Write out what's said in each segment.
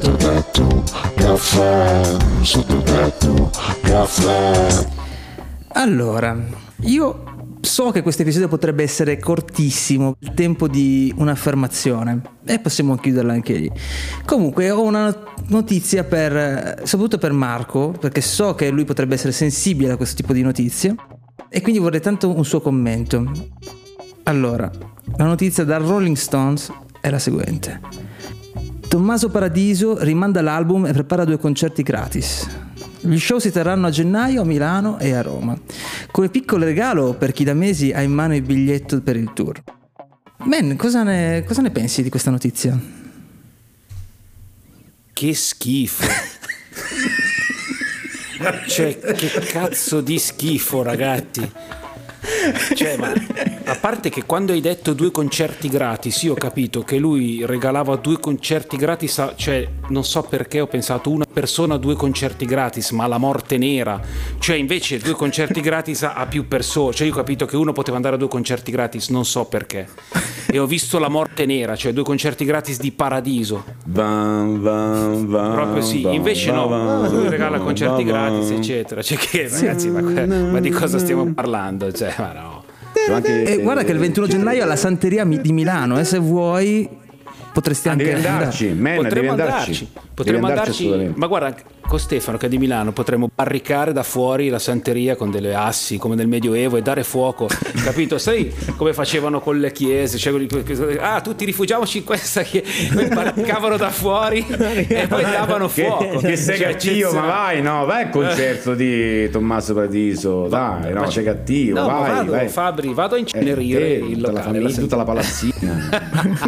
Sottotetto caffè, sottotetto caffè. Allora, io so che questo episodio potrebbe essere cortissimo, il tempo di un'affermazione, e possiamo chiuderla anche lì. Comunque ho una notizia soprattutto per Marco, perché so che lui potrebbe essere sensibile a questo tipo di notizie, e quindi vorrei tanto un suo commento. Allora, la notizia da Rolling Stones è la seguente: Tommaso Paradiso rimanda l'album e prepara 2 concerti gratis. Gli show si terranno a gennaio a Milano e a Roma, come piccolo regalo per chi da mesi ha in mano il biglietto per il tour. Ben, cosa ne pensi di questa notizia? Che schifo. Cioè, che cazzo di schifo, ragazzi. Cioè, ma a parte che quando hai detto 2 concerti gratis, io ho capito che lui regalava 2 concerti gratis cioè, non so perché ho pensato una persona 2 concerti gratis, ma la morte nera. Cioè, invece 2 concerti gratis a più persone. Cioè, io ho capito che uno poteva andare a 2 concerti gratis, non so perché. E ho visto la morte nera, cioè 2 concerti gratis di Paradiso. Proprio sì. Invece no, lui regala concerti gratis, eccetera. Cioè, che ragazzi, ma di cosa stiamo parlando? Cioè, ma no. Guarda che il 21 gennaio alla Santeria di Milano, se vuoi potresti anche andarci. Potremmo andarci, ma guarda, con Stefano che è di Milano potremmo barricare da fuori la Santeria con delle assi come nel Medioevo e dare fuoco, capito? Sai come facevano con le chiese, cioè, tutti rifugiamoci in questa chiesa, poi barricavano da fuori e poi davano fuoco. Che sei cattivo, ma vai al concerto di Tommaso Paradiso, dai, no, sei cattivo, no, vai, vai. Fabri, vado a incenerire il locale, tutta la palazzina.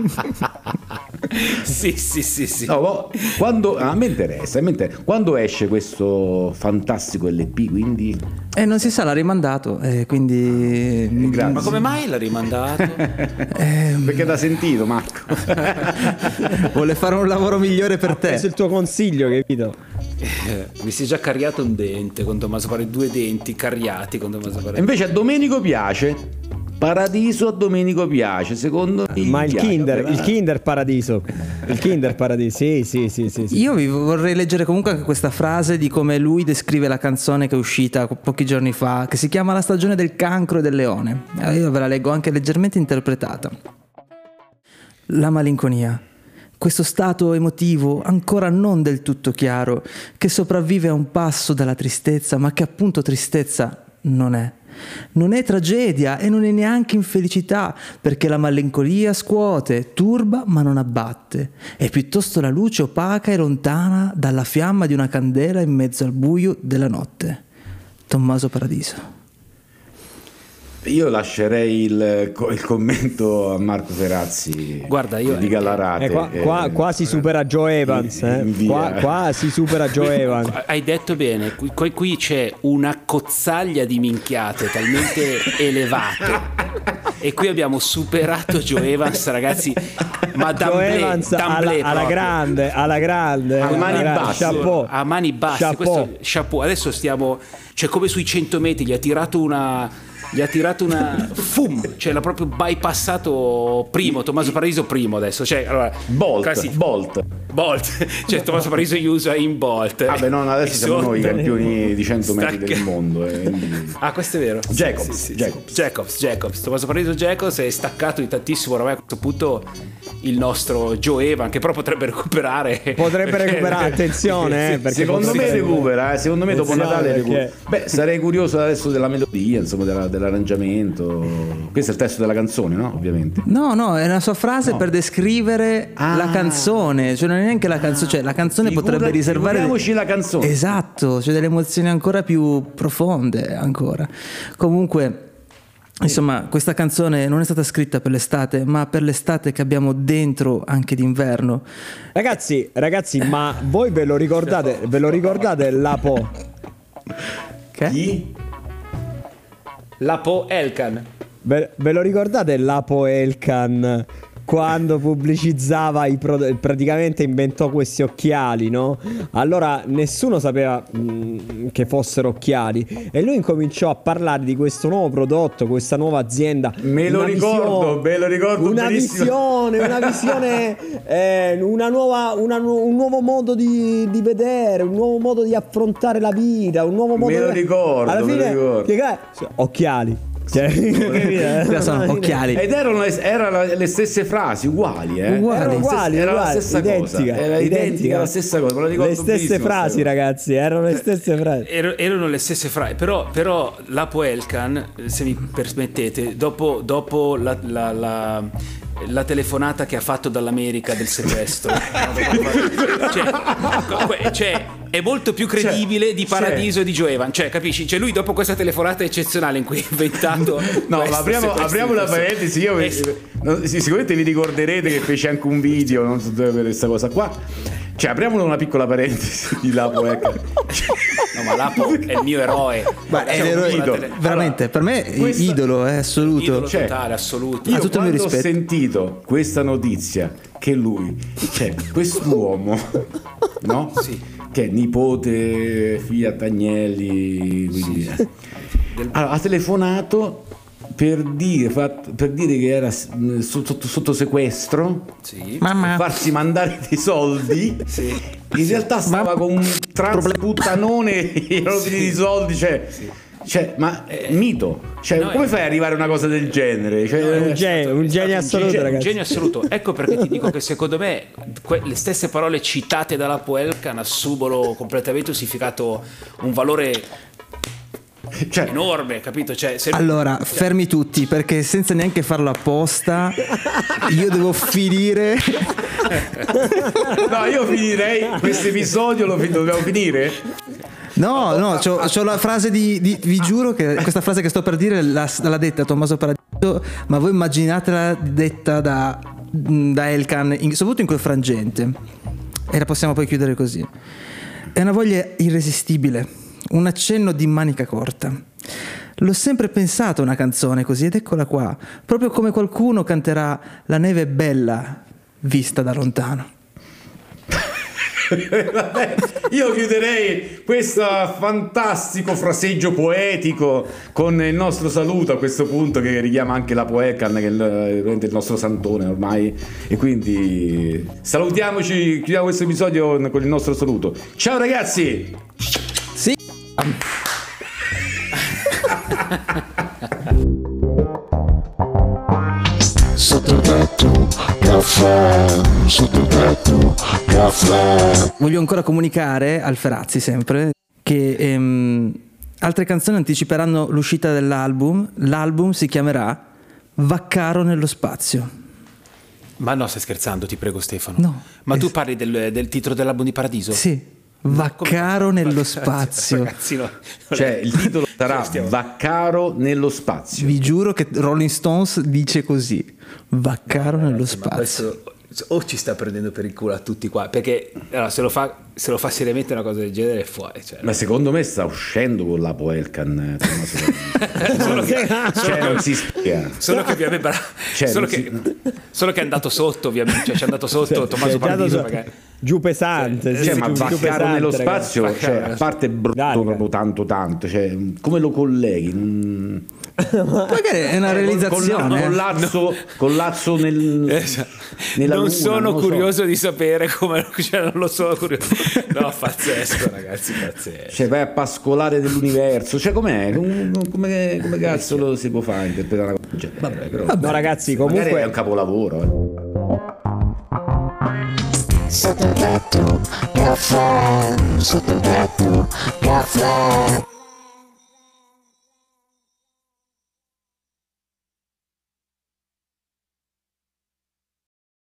Sì. No, quando a me interessa, quando esce questo fantastico LP, quindi non si sa, l'ha rimandato, quindi grazie. Ma come mai l'ha rimandato? Perché t'ha sentito, Marco. Vuole fare un lavoro migliore per te. Questo è il tuo consiglio, capito? Mi si è già carriato un dente con Tommaso Paradiso, 2 denti carriati con Tommaso Paradiso. Invece a Domenico piace. Paradiso a Domenico piace, secondo me. Ma il Kinder Paradiso. Il Kinder Paradiso, sì. Io vi vorrei leggere comunque anche questa frase di come lui descrive la canzone che è uscita pochi giorni fa, che si chiama La stagione del cancro e del leone. Io ve la leggo anche leggermente interpretata. La malinconia, questo stato emotivo ancora non del tutto chiaro, che sopravvive a un passo dalla tristezza, ma che appunto tristezza non è. Non è tragedia e non è neanche infelicità, perché la malinconia scuote, turba ma non abbatte. È piuttosto la luce opaca e lontana dalla fiamma di una candela in mezzo al buio della notte. Tommaso Paradiso. Io lascerei il commento a Marco Ferazzi. Guarda, io di Gallarate. Qua si supera Joe Evans. Qua si supera Joe Evans. Hai detto bene. Qui c'è una cozzaglia di minchiate talmente elevate. E qui abbiamo superato Joe Evans, ragazzi. Ma Joe Evans alla grande. A mani basse. Chapeau. A mani basse. Chapeau. Questo, chapeau. Adesso stiamo. Cioè, come sui 100 metri, gli ha tirato una fum, cioè l'ha proprio bypassato primo, Tommaso Paradiso primo adesso, cioè allora Bolt. Cioè Tommaso Paradiso usa in Bolt. Vabbè, no, adesso siamo noi campioni di 100 metri del mondo. Questo è vero. Jacobs. Tommaso Paradiso Jacobs è staccato di tantissimo ormai a questo punto il nostro Joe Evan, che però potrebbe recuperare, attenzione, perché secondo me recupera, secondo me dopo Natale recupera. Beh, sarei curioso adesso della melodia, insomma, dell'arrangiamento. Questo è il testo della canzone, no? Ovviamente. No, è una sua frase per descrivere la canzone, cioè non è neanche la canzone, cioè la canzone potrebbe riservare. Figuriamoci la canzone. Esatto, cioè delle emozioni ancora più profonde ancora. Comunque, insomma, questa canzone non è stata scritta per l'estate, ma per l'estate che abbiamo dentro anche d'inverno. Ragazzi, ma voi ve lo ricordate la Po? Che? Chi? La Po Elkan. Ve lo ricordate Lapo Elkan quando pubblicizzava praticamente inventò questi occhiali, no? Allora nessuno sapeva che fossero occhiali e lui incominciò a parlare di questo nuovo prodotto, questa nuova azienda. Me lo ricordo una visione, un nuovo modo di vedere, un nuovo modo di affrontare la vita, un nuovo modo. Me lo ricordo. Alla fine, occhiali. Cioè, sono occhiali. Ed erano le stesse frasi, uguali, era la stessa cosa. Era identica la stessa cosa. Me lo ricordo le stesse frasi, ragazzi, erano le stesse frasi. Erano le stesse frasi, però l'Apo Elkan, se mi permettete, dopo la telefonata che ha fatto dall'America del sequestro, cioè è molto più credibile di Paradiso e di Joe Evan, cioè capisci? Cioè lui dopo questa telefonata eccezionale in cui ha inventato no, ma apriamo una parentesi. Sicuramente vi ricorderete che fece anche un video, non so dove questa cosa qua. Cioè apriamo una piccola parentesi di Lapo Elkan. No, ma Lapo è il mio eroe. Ma è l'eroe, veramente, per me idolo, è assoluto. Idolo totale, assoluto. Io quando ho sentito questa notizia che lui, cioè quest'uomo, no? Sì. Che è nipote Fiat Agnelli, quindi allora, ha telefonato per dire che era sotto sequestro, sì, per farsi mandare dei soldi. Sì. In realtà stava con un transputtanone di soldi, cioè, ma mito, cioè, come fai ad arrivare a una cosa del genere? Cioè, un genio assoluto, ragazzi. Un genio assoluto. Ecco perché ti dico che secondo me le stesse parole citate dall'Apo Elkan assumono completamente un significato, un valore enorme, capito? Allora, fermi tutti, perché senza neanche farlo apposta io devo finire. No, io finirei questo episodio, dobbiamo finire? No, c'ho la frase vi giuro che questa frase che sto per dire l'ha detta Tommaso Paradiso, ma voi immaginatela detta da Elkan, soprattutto in quel frangente, e la possiamo poi chiudere così. È una voglia irresistibile, un accenno di manica corta. L'ho sempre pensato una canzone così, ed eccola qua, proprio come qualcuno canterà La neve è bella vista da lontano. Io chiuderei questo fantastico fraseggio poetico con il nostro saluto a questo punto, che richiama anche l'Apo Elkan, che è il nostro santone ormai, e quindi salutiamoci, chiudiamo questo episodio con il nostro saluto. Ciao ragazzi. Sì. Sottotetto caffè, sottotetto caffè. Voglio ancora comunicare al Ferazzi sempre che altre canzoni anticiperanno l'uscita dell'album. L'album si chiamerà Vaccaro nello spazio. Ma no, stai scherzando, ti prego Stefano. No. Ma tu parli del titolo dell'album di Paradiso? Sì. Vaccaro nello spazio. Ragazzi, no. Cioè il titolo sarà Vaccaro nello spazio. Vi giuro che Rolling Stones dice così: Vaccaro nello spazio. O ci sta prendendo per il culo a tutti qua, perché allora, se lo fa seriamente una cosa del genere è fuori, cioè. Ma secondo me sta uscendo con l'Apo Elkan, solo che ovviamente solo che è andato sotto, ovviamente, cioè, c'è andato sotto Tommaso Paradiso, giù pesante, ma Vaccaro nello spazio, a parte brutto proprio tanto, cioè, come lo colleghi? Magari è una realizzazione con lazzo nella non luna, sono non curioso di sapere come, cioè, non lo sono curioso. No, pazzesco ragazzi, pazzesco. Cioè vai a pascolare dell'universo, cioè com'è? Come cazzo lo si può fare interpretare una cosa? Vabbè, però no ragazzi, comunque è un capolavoro. Sottotetto caffè, sottotetto caffè.